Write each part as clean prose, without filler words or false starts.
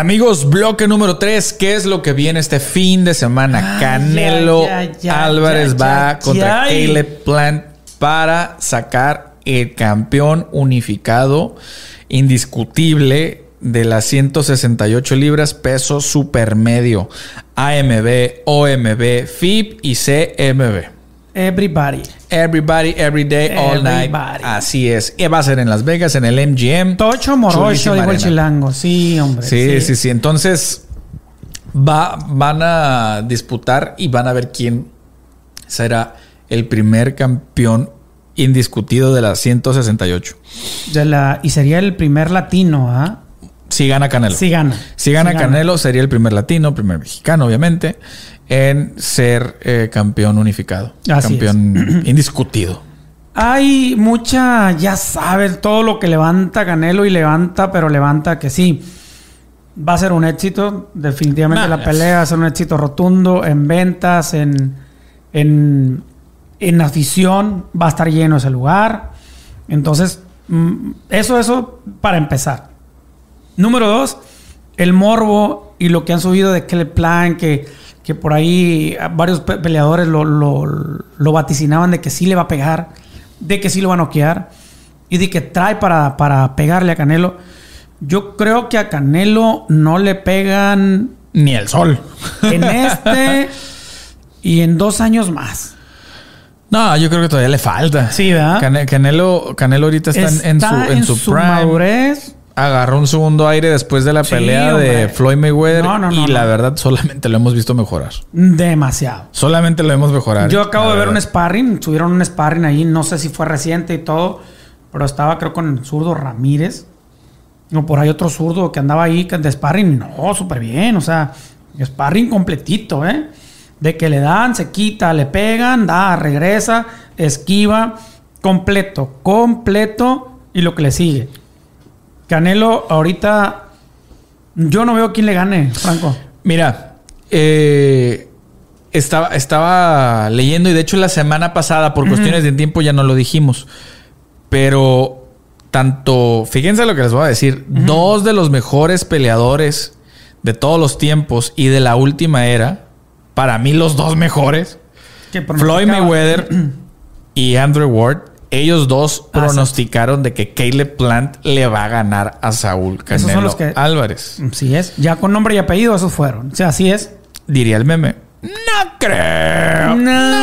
Amigos, bloque número 3. ¿Qué es lo que viene este fin de semana? Canelo Álvarez va contra Caleb Plant para sacar el campeón unificado indiscutible de las 168 libras peso supermedio. AMB, OMB, FIB y CMB. Everybody, every day, all night. Así es. Y va a ser en Las Vegas, en el MGM. Tocho morocho, digo el chilango. Sí, hombre. Sí. Entonces, van a disputar y van a ver quién será el primer campeón indiscutido de las 168. Y sería el primer latino, ¿ah? Si gana Canelo. Si gana Canelo, sería el primer latino, primer mexicano, obviamente, en ser campeón unificado. Así campeón indiscutido. Hay mucha, ya sabes, todo lo que levanta Canelo y levanta, pero levanta que sí. Va a ser un éxito, definitivamente la pelea va a ser un éxito rotundo en ventas, en afición, va a estar lleno ese lugar. Entonces, eso para empezar. Número 2, el morbo y lo que han subido de Caleb Plant, que por ahí varios peleadores lo vaticinaban de que sí le va a pegar, de que sí lo va a noquear y de que trae para pegarle a Canelo. Yo creo que a Canelo no le pegan ni el sol en y en 2 años más. No, yo creo que todavía le falta. Sí, ¿verdad? Canelo ahorita está en su prime. Madurez. Agarró un segundo aire después de la pelea de Floyd Mayweather la verdad solamente lo hemos visto mejorar. Demasiado. Solamente lo hemos mejorado. Yo acabo de ver un sparring. Subieron un sparring ahí. No sé si fue reciente y todo. Pero estaba creo con el zurdo Ramírez. O por ahí otro zurdo que andaba ahí de sparring. No, súper bien. O sea, sparring completito, ¿eh? De que le dan, se quita, le pegan, regresa, esquiva. Completo. Y lo que le sigue. Canelo, ahorita yo no veo quién le gane, Franco. Mira, estaba leyendo y de hecho la semana pasada, por cuestiones de tiempo, ya no lo dijimos. Pero fíjense lo que les voy a decir. 2 de los mejores peleadores de todos los tiempos y de la última era, para mí los 2 mejores, Floyd Mayweather y Andre Ward. Ellos 2 pronosticaron de que Caleb Plant le va a ganar a Saúl Canelo Álvarez. Sí es. Ya con nombre y apellido esos fueron. O sea, así es. Diría el meme. No creo.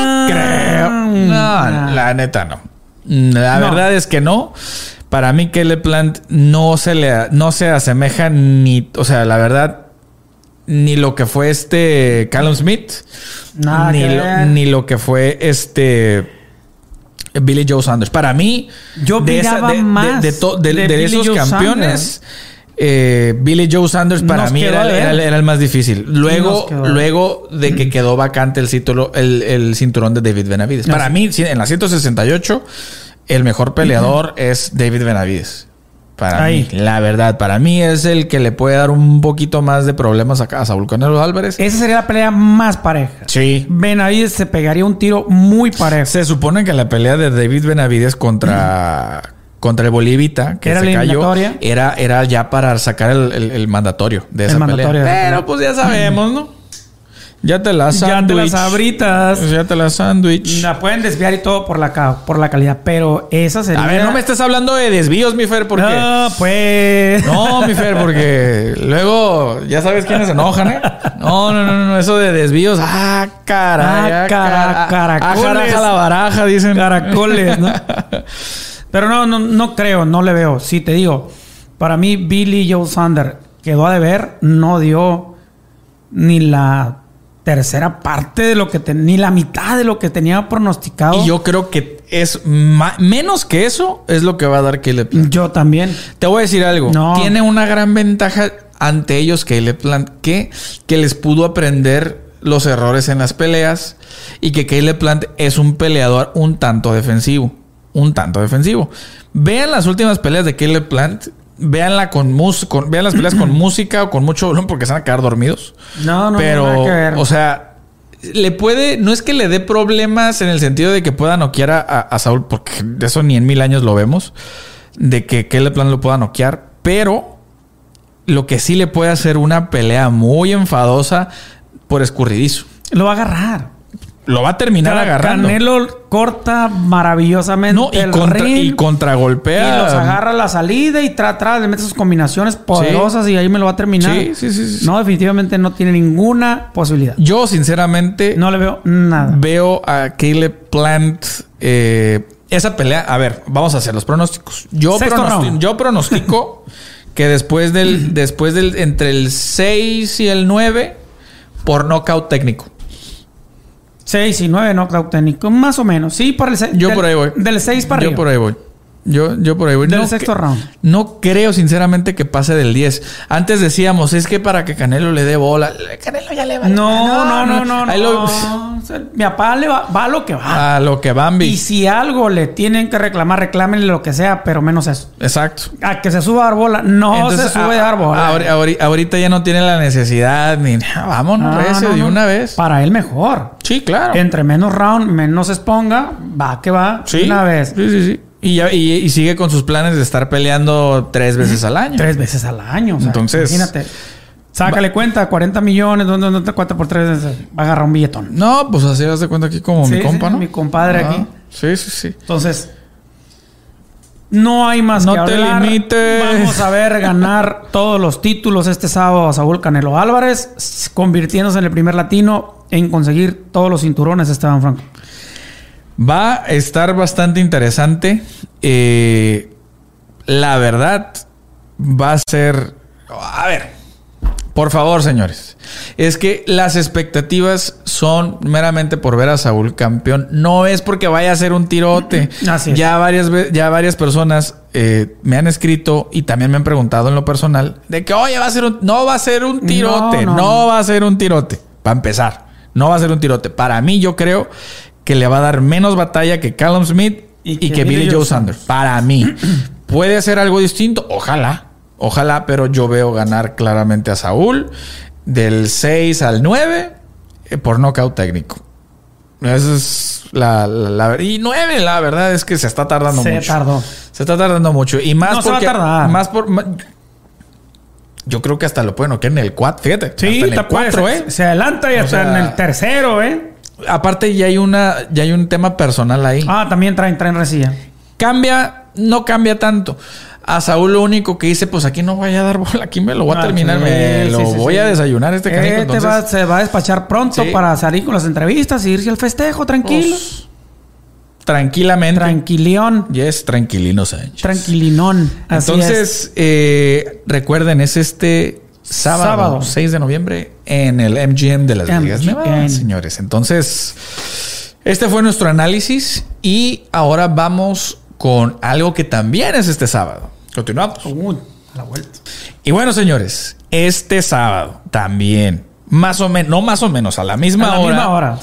No, la neta no. La verdad es que no. Para mí Caleb Plant no se asemeja ni... O sea, la verdad... Ni lo que fue Callum Smith. Ni lo que fue Billy Joe Saunders. Para mí, yo miraba más de esos campeones, Billy Joe Saunders para mí era el más difícil. Luego de que quedó vacante el cinturón de David Benavidez. Para mí, en la 168, el mejor peleador es David Benavidez. Para mí, la verdad, para mí es el que le puede dar un poquito más de problemas a Saúl Canelo Álvarez. Esa sería la pelea más pareja. Sí. Benavidez se pegaría un tiro muy parejo. Se supone que la pelea de David Benavidez contra el Bolivita, que se cayó, era ya para sacar el mandatorio de esa pelea. Pero pues ya sabemos, ¿no? Ya te la sabritas. Ya te la sándwich. La pueden desviar y todo por la calidad. Pero esa sería... A ver, no me estés hablando de desvíos, mi Fer, porque... No, pues... No, mi Fer, porque luego... Ya sabes quiénes se enojan, ¿eh? No. Eso de desvíos... Caray. Caracoles. La baraja, dicen. Caracoles, ¿no? Pero no creo. No le veo. Sí, te digo. Para mí, Billy Joe Saunders quedó a deber. No dio ni la... tercera parte de lo que ni la mitad de lo que tenía pronosticado. Y yo creo que es menos que eso es lo que va a dar Caleb Plant. Yo también. Te voy a decir algo. Tiene una gran ventaja ante ellos Caleb Plant que les pudo aprender los errores en las peleas y que Caleb Plant es un peleador un tanto defensivo. Vean las últimas peleas de Caleb Plant. Véanla vean las peleas con música o con mucho volumen porque se van a quedar dormidos. No, pero, nada que ver. O sea, no es que le dé problemas en el sentido de que pueda noquear a Saúl, porque de eso ni en 1000 años lo vemos, de que Caleb Plant lo pueda noquear, pero Lo que sí le puede hacer una pelea muy enfadosa por escurridizo. Lo va a agarrar. Lo va a terminar agarrando. Canelo corta maravillosamente. No, y contragolpea. Y los agarra a la salida y atrás le mete sus combinaciones poderosas y ahí me lo va a terminar. Sí. No, definitivamente no tiene ninguna posibilidad. Yo, sinceramente, no le veo nada. Veo a Caleb Plant. Esa pelea. A ver, vamos a hacer los pronósticos. Yo pronostico que después del entre el 6 y el 9 por nocaut técnico. 6 y 9 knockout técnico, más o menos. Sí, por ahí voy. Del 6 para arriba. Yo por ahí voy. Yo por ahí voy. Del sexto round. No creo, sinceramente, que pase del 10. Antes decíamos, es que para que Canelo le dé bola. Canelo ya le va. No. Mi papá le va a lo que va. A lo que Bambi. Y si algo le tienen que reclamar, reclámenle lo que sea, pero menos eso. Exacto. A que se suba a dar bola. Entonces, se sube a dar bola. Ahorita ya no tiene la necesidad ni nada. Vámonos, de una vez. Para él mejor. Sí, claro. Entre menos round, menos exponga, va que va. Sí. Una vez. Sí. Y sigue con sus planes de estar peleando 3 veces al año. 3 veces al año. O sea, entonces, imagínate. Sácale cuenta, 40 millones, ¿dónde 4 por 3? Va a agarrar un billetón. No, pues así das de cuenta aquí como mi compa, ¿no? Mi compadre aquí. Sí. Entonces, no hay más que hablar. No te limites. Vamos a ver ganar todos los títulos este sábado a Saúl Canelo Álvarez, convirtiéndose en el primer latino en conseguir todos los cinturones, Esteban Franco. Va a estar bastante interesante. La verdad, va a ser... A ver, por favor, señores. Es que las expectativas son meramente por ver a Saúl campeón. No es porque vaya a ser un tirote. Así es. Ya varias personas me han escrito y también me han preguntado en lo personal de que, oye, no va a ser un tirote. No va a ser un tirote. Para empezar, no va a ser un tirote. Para mí, yo creo que le va a dar menos batalla que Callum Smith y que Billy Joe Saunders. Para mí. ¿Puede ser algo distinto? Ojalá, pero yo veo ganar claramente a Saúl del 6 al 9 por nocaut técnico. Esa es y 9, la verdad es que se está tardando mucho. Se está tardando mucho. Y más porque... se va a tardar. Yo creo que hasta lo pueden noquear en el 4. Fíjate. Sí, hasta en el 4, se adelanta y hasta en el tercero, Aparte ya hay un tema personal ahí. También traen resilla. No cambia tanto. A Saúl lo único que dice, pues aquí no voy a dar bola, aquí me lo voy a terminar, voy a desayunar este canijo. Entonces, se va a despachar pronto para salir con las entrevistas y irse al festejo, tranquilo. Pues, tranquilamente. Tranquilión. Yes, tranquilino Sánchez. Tranquilinón. Entonces, recuerden, es este sábado 6 de noviembre en el MGM de Las Vegas, Nevada, señores. Entonces, este fue nuestro análisis y ahora vamos con algo que también es este sábado. Continuamos. A la vuelta. Y bueno, señores, este sábado también, a la misma hora.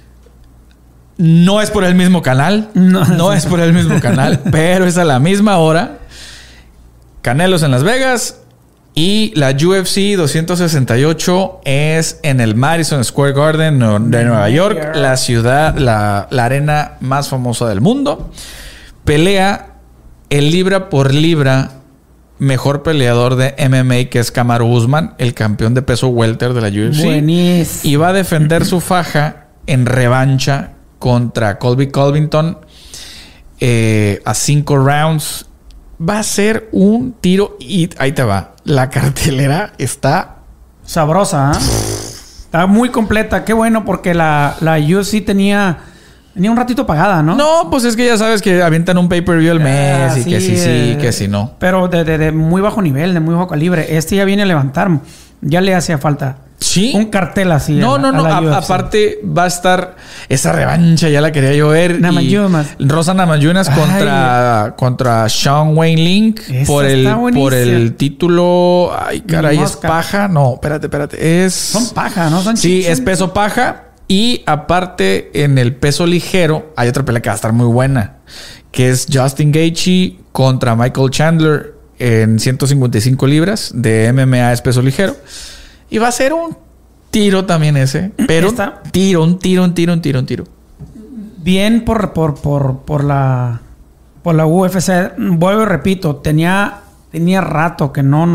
No es por el mismo canal. No es por el mismo canal, pero es a la misma hora. Canelos en Las Vegas. Y la UFC 268 es en el Madison Square Garden de Nueva York, la ciudad, la arena más famosa del mundo. Pelea el libra por libra mejor peleador de MMA, que es Kamaru Usman, el campeón de peso welter de la UFC. Buenísimo. Y va a defender su faja en revancha contra Colby Covington a 5 rounds. Va a ser un tiro y ahí te va. La cartelera está sabrosa, está muy completa. Qué bueno, porque la UFC tenía un ratito pagada, ¿no? No, pues es que ya sabes que avientan un pay-per-view al mes y que sí, que sí no. Pero de muy bajo nivel, de muy bajo calibre. Este ya viene a levantar. Ya le hacía falta. Sí. Un cartel así. No. Aparte va a estar esa revancha, ya la quería yo ver. Rosa Namajunas contra Sean Wayne Link por el título. Ay, caray, es paja. No, espérate. Son paja, ¿no? Es peso paja. Y aparte, en el peso ligero, hay otra pelea que va a estar muy buena, que es Justin Gaethje contra Michael Chandler en 155 libras de MMA, es peso ligero. Y va a ser un tiro también ese. Pero un tiro. Bien por la UFC. Vuelvo y repito, tenía rato que no nos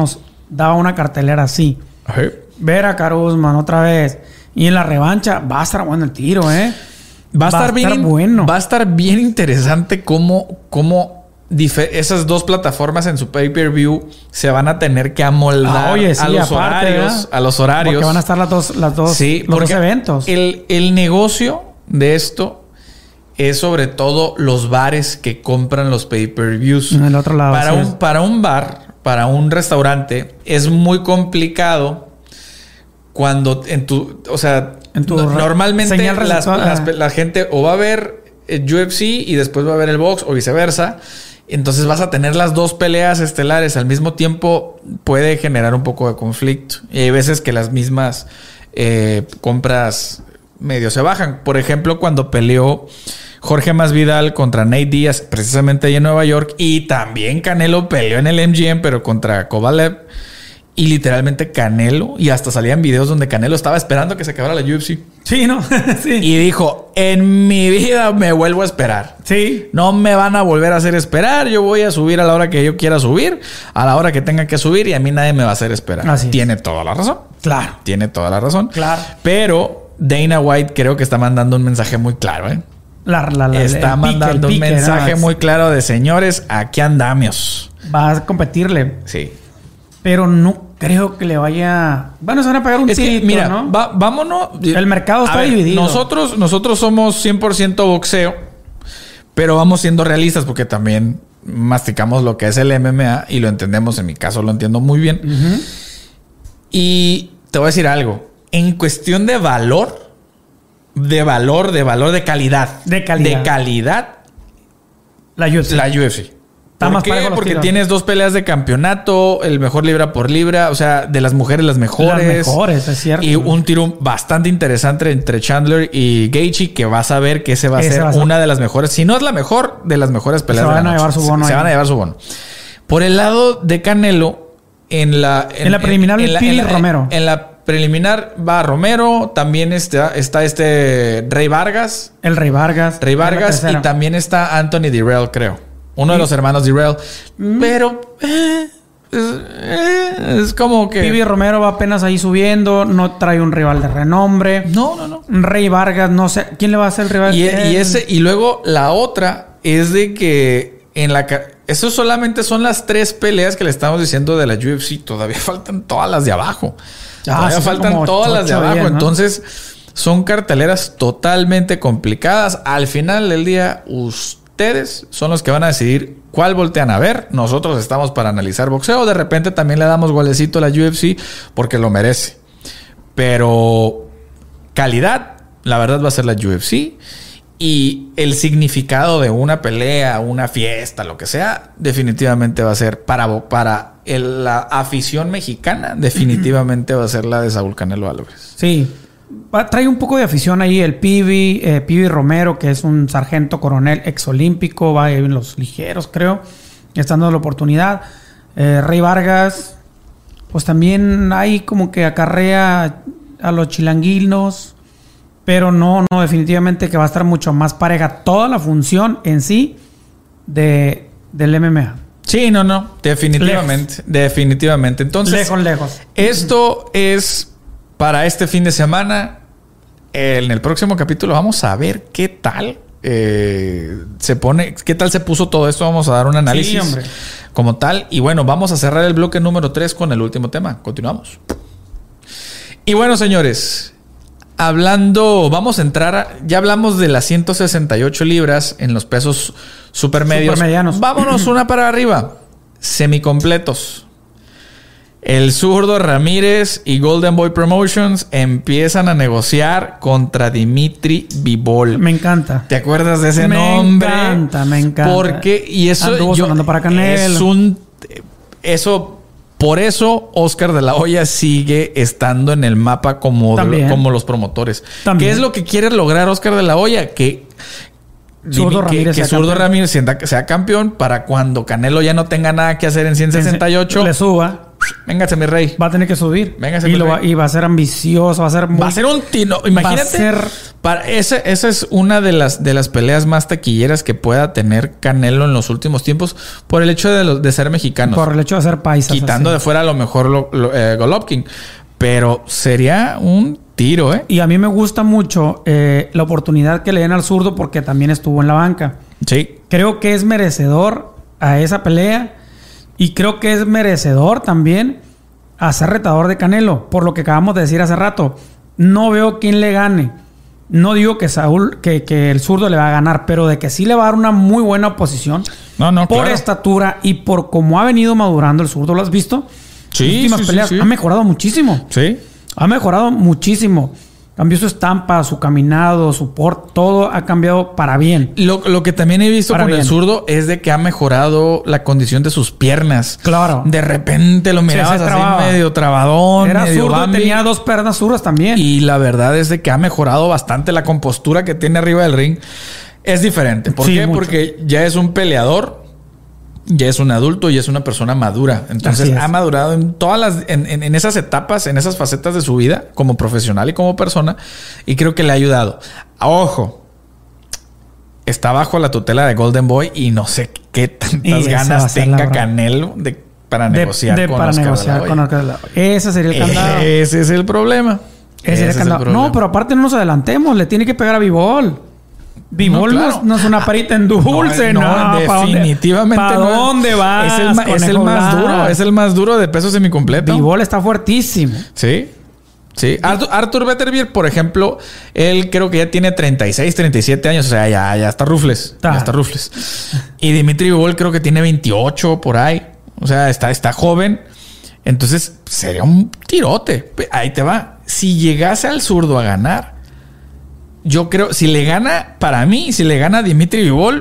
daba una cartelera así. Ajá. Ver a Kamaru Usman otra vez. Y en la revancha va a estar bueno el tiro, ¿eh? Va a estar bien bueno. Va a estar bien interesante cómo esas dos plataformas en su pay-per-view se van a tener que amoldar a los horarios. Porque van a estar los dos eventos. El negocio de esto es sobre todo los bares que compran los pay-per-views. En el otro lado. Para un bar, para un restaurante, es muy complicado cuando normalmente la gente o va a ver UFC y después va a ver el box o viceversa. Entonces vas a tener las dos peleas estelares al mismo tiempo. Puede generar un poco de conflicto. Y hay veces que las mismas compras medio se bajan. Por ejemplo, cuando peleó Jorge Masvidal contra Nate Diaz, precisamente ahí en Nueva York. Y también Canelo peleó en el MGM, pero contra Kovalev. Y literalmente Canelo, y hasta salían videos donde Canelo estaba esperando que se acabara la UFC. Sí, ¿no? Sí. Y dijo, en mi vida me vuelvo a esperar. Sí. No me van a volver a hacer esperar. Yo voy a subir a la hora que yo quiera subir, a la hora que tenga que subir, y a mí nadie me va a hacer esperar. Así Tiene toda la razón. Claro. Tiene toda la razón. Claro. Pero Dana White creo que está mandando un mensaje muy claro, ¿eh? Está mandando un mensaje muy claro de señores, aquí andamos. Va a competirle. Sí. Pero no creo que le vaya... Bueno, se van a pagar un tirito, mira, ¿no? Vámonos. El mercado está dividido. Nosotros somos 100% boxeo, pero vamos siendo realistas porque también masticamos lo que es el MMA y lo entendemos. En mi caso lo entiendo muy bien. Uh-huh. Y te voy a decir algo. En cuestión de valor, de calidad. De calidad. La UFC. ¿Por qué? Porque tienes dos peleas de campeonato, el mejor libra por libra, o sea, de las mujeres las mejores. Las mejores, es cierto. Y un tiro bastante interesante entre Chandler y Gaethje, que vas a ver que ese va a ser una de las mejores, si no es la mejor, de las mejores peleas. Se van a llevar su bono. Se van a llevar su bono. Por el lado de Canelo, en la preliminar Romero. En la preliminar va Romero, también está Rey Vargas. El Rey Vargas. Y también está Anthony Dirrell, creo. Uno de los hermanos Dirrell. Pero es como que... Pibi Romero va apenas ahí subiendo. No trae un rival de renombre. No. Rey Vargas, no sé. ¿Quién le va a hacer el rival? Y luego la otra es de que eso solamente son las 3 peleas que le estamos diciendo de la UFC. Todavía faltan todas las de abajo. Todavía faltan todas las de abajo. Días, ¿no? Entonces, son carteleras totalmente complicadas. Al final del día, ustedes son los que van a decidir cuál voltean a ver. Nosotros estamos para analizar boxeo. De repente también le damos golecito a la UFC porque lo merece. Pero calidad, la verdad va a ser la UFC. Y el significado de una pelea, una fiesta, lo que sea, definitivamente va a ser para la afición mexicana, definitivamente va a ser la de Saúl Canelo Álvarez. Sí. Trae un poco de afición ahí el Pibi Romero, que es un sargento coronel exolímpico, va en los ligeros, creo. Está dando la oportunidad. Rey Vargas, pues también hay como que acarrea a los chilanguinos, pero no, definitivamente que va a estar mucho más pareja toda la función en sí del MMA. Sí, no, definitivamente. Definitivamente. Entonces, lejos. Esto es... Para este fin de semana, en el próximo capítulo vamos a ver qué tal qué tal se puso todo esto. Vamos a dar un análisis como tal. Y bueno, vamos a cerrar el bloque número 3 con el último tema. Continuamos. Y bueno, señores, vamos a entrar ya hablamos de las 168 libras en los pesos supermedianos. Vámonos una para arriba. Semicompletos. El zurdo Ramírez y Golden Boy Promotions empiezan a negociar contra Dimitri Bivol. Me encanta. ¿Te acuerdas de ese nombre? Me encanta. Porque, y eso para Canelo. Por eso Oscar de la Hoya sigue estando en el mapa como los promotores. También. ¿Qué es lo que quiere lograr Oscar de la Hoya? Que Zurdo Ramírez sea campeón para cuando Canelo ya no tenga nada que hacer en 168. Le suba. Véngase, mi rey. Va a tener que subir. Véngase, y va a ser ambicioso, va a ser un tino. Imagínate. Esa es una de las peleas más taquilleras que pueda tener Canelo en los últimos tiempos por el hecho de ser mexicanos. Por el hecho de ser paisas. Quitando de fuera a lo mejor Golovkin. Pero sería un tiro, ¿eh? Y a mí me gusta mucho la oportunidad que le den al zurdo porque también estuvo en la banca. Sí. Creo que es merecedor a esa pelea y creo que es merecedor también a ser retador de Canelo. Por lo que acabamos de decir hace rato. No veo quién le gane. No digo que que el zurdo le va a ganar, pero de que sí le va a dar una muy buena oposición. Por estatura y por cómo ha venido madurando el zurdo. ¿Lo has visto? Sí, las últimas peleas ha mejorado muchísimo. Sí. Ha mejorado muchísimo. Cambió su estampa, su caminado, su porte, todo ha cambiado para bien. Lo que también he visto con el zurdo es de que ha mejorado la condición de sus piernas. Claro. De repente lo mirabas así medio trabadón. Era medio zurdo, tenía 2 piernas zurdas también. Y la verdad es de que ha mejorado bastante la compostura que tiene arriba del ring. Es diferente. ¿Por qué? Mucho. Porque ya es un peleador. Ya es un adulto y es una persona madura. Entonces ha madurado en todas en esas etapas, en esas facetas de su vida, como profesional y como persona. Y creo que le ha ayudado. Ojo, está bajo la tutela de Golden Boy y no sé qué tantas ganas tenga Canelo para negociar con Oscar de la Hoya. Ese sería el candado. Ese es el problema. Ese es el candado. No, pero aparte no nos adelantemos. Le tiene que pegar a Bivol. Bivol no es una parita en dulce, no. Definitivamente ¿Para dónde va? Es el más duro. Es el más duro de peso semicompleto. Bivol está fuertísimo. Sí. Sí. Arthur Beterbiev, por ejemplo, él creo que ya tiene 36, 37 años. O sea, ya está rufles. Ya está rufles. Y Dimitri Bivol creo que tiene 28 por ahí. O sea, está joven. Entonces, sería un tirote. Ahí te va. Si llegase al zurdo a ganar, yo creo, si le gana Dimitri Bivol,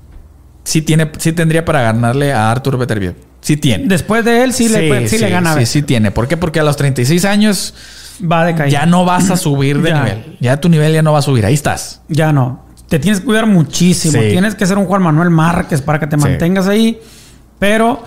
sí tendría para ganarle a Arthur Beterbiev. Sí tiene. Después de él, le gana. Sí tiene. ¿Por qué? Porque a los 36 años va a decaer. Ya no vas a subir de nivel. Ya tu nivel ya no va a subir. Ahí estás. Ya no. Te tienes que cuidar muchísimo. Sí. Tienes que ser un Juan Manuel Márquez para que te mantengas ahí. Pero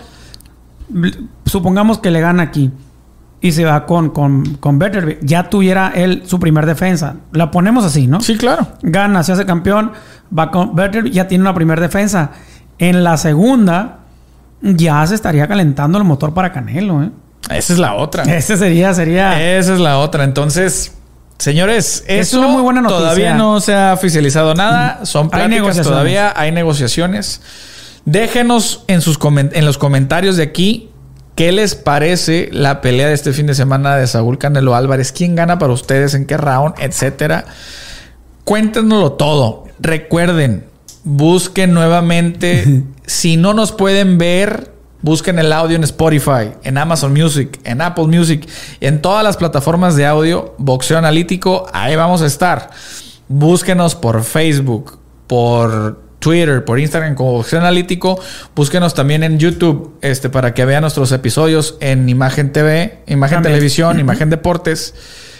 supongamos que le gana aquí y se va con Beterbiev, ya tuviera él su primer defensa. La ponemos así, ¿no? Sí, claro. Gana, se hace campeón, va con Beterbiev, ya tiene una primer defensa. En la segunda, ya se estaría calentando el motor para Canelo, ¿eh? Esa es la otra. Esa sería. Esa es la otra. Entonces, señores, es una muy buena noticia. Todavía no se ha oficializado nada. Son pláticas todavía. Hay negociaciones. Déjenos en los comentarios de aquí qué les parece la pelea de este fin de semana de Saúl Canelo Álvarez. ¿Quién gana para ustedes? ¿En qué round? Etcétera. Cuéntenoslo todo. Recuerden, busquen nuevamente. Si no nos pueden ver, busquen el audio en Spotify, en Amazon Music, en Apple Music, en todas las plataformas de audio. Boxeo Analítico, ahí vamos a estar. Búsquenos por Facebook, por Twitter, por Instagram como Boxeo Analítico. Búsquenos también en YouTube para que vean nuestros episodios en Imagen TV, Imagen también. Televisión, Imagen Deportes.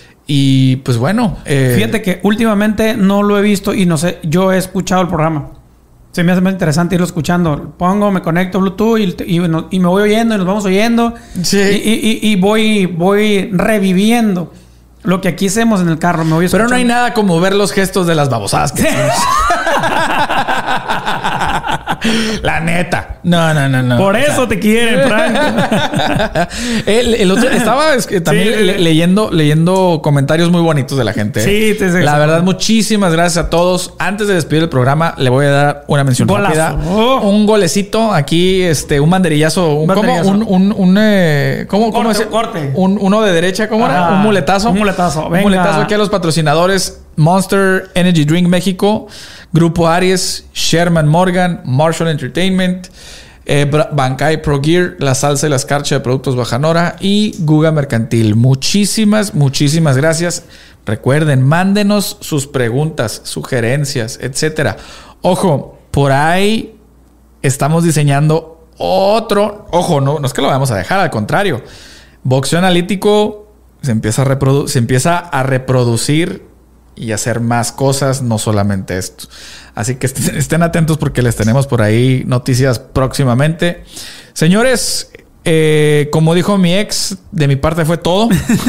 Y pues bueno. Fíjate que últimamente no lo he visto y no sé, yo he escuchado el programa. Se me hace más interesante irlo escuchando. Me conecto Bluetooth y me voy oyendo y nos vamos oyendo. Sí. Y voy reviviendo lo que aquí hacemos en el carro. Me voy escuchando. Pero no hay nada como ver los gestos de las babosadas que hacemos. La neta. No. Por eso te quieren, Frank. El otro estaba también leyendo comentarios muy bonitos de la gente. Sí, la verdad, muchísimas gracias a todos. Antes de despedir el programa, le voy a dar una mención rápida. Un golecito aquí, un banderillazo, un corte. Uno de derecha, ¿cómo era? Un muletazo. Venga. Un muletazo aquí a los patrocinadores: Monster Energy Drink México, Grupo Aries, Sherman Morgan, Marshall Entertainment, Bancay Pro Gear, La Salsa y la Escarcha de Productos Bajanora y Guga Mercantil. Muchísimas gracias. Recuerden, mándenos sus preguntas, sugerencias, etcétera. Ojo, por ahí estamos diseñando otro. Ojo, no es que lo vamos a dejar, al contrario. Boxeo Analítico se empieza a reproducir y hacer más cosas, no solamente esto. Así que estén atentos porque les tenemos por ahí noticias próximamente. Señores, Como dijo mi ex, de mi parte fue todo.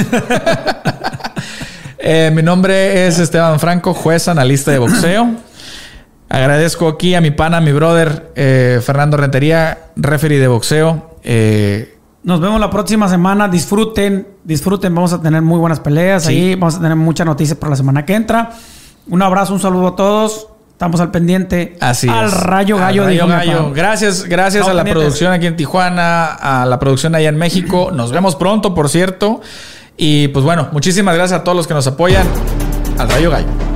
Mi nombre es Esteban Franco, juez analista de boxeo. Agradezco aquí a mi pana, mi brother, Fernando Rentería, referee de boxeo. Nos vemos la próxima semana. Disfruten. Vamos a tener muy buenas peleas. Sí. Ahí vamos a tener muchas noticias por la semana que entra. Un abrazo, un saludo a todos. Estamos al pendiente. Así al es. Rayo Gallo. Rayo Gallo. Gracias a la producción aquí en Tijuana, a la producción allá en México. Nos vemos pronto, por cierto. Y pues bueno, muchísimas gracias a todos los que nos apoyan. Al Rayo Gallo.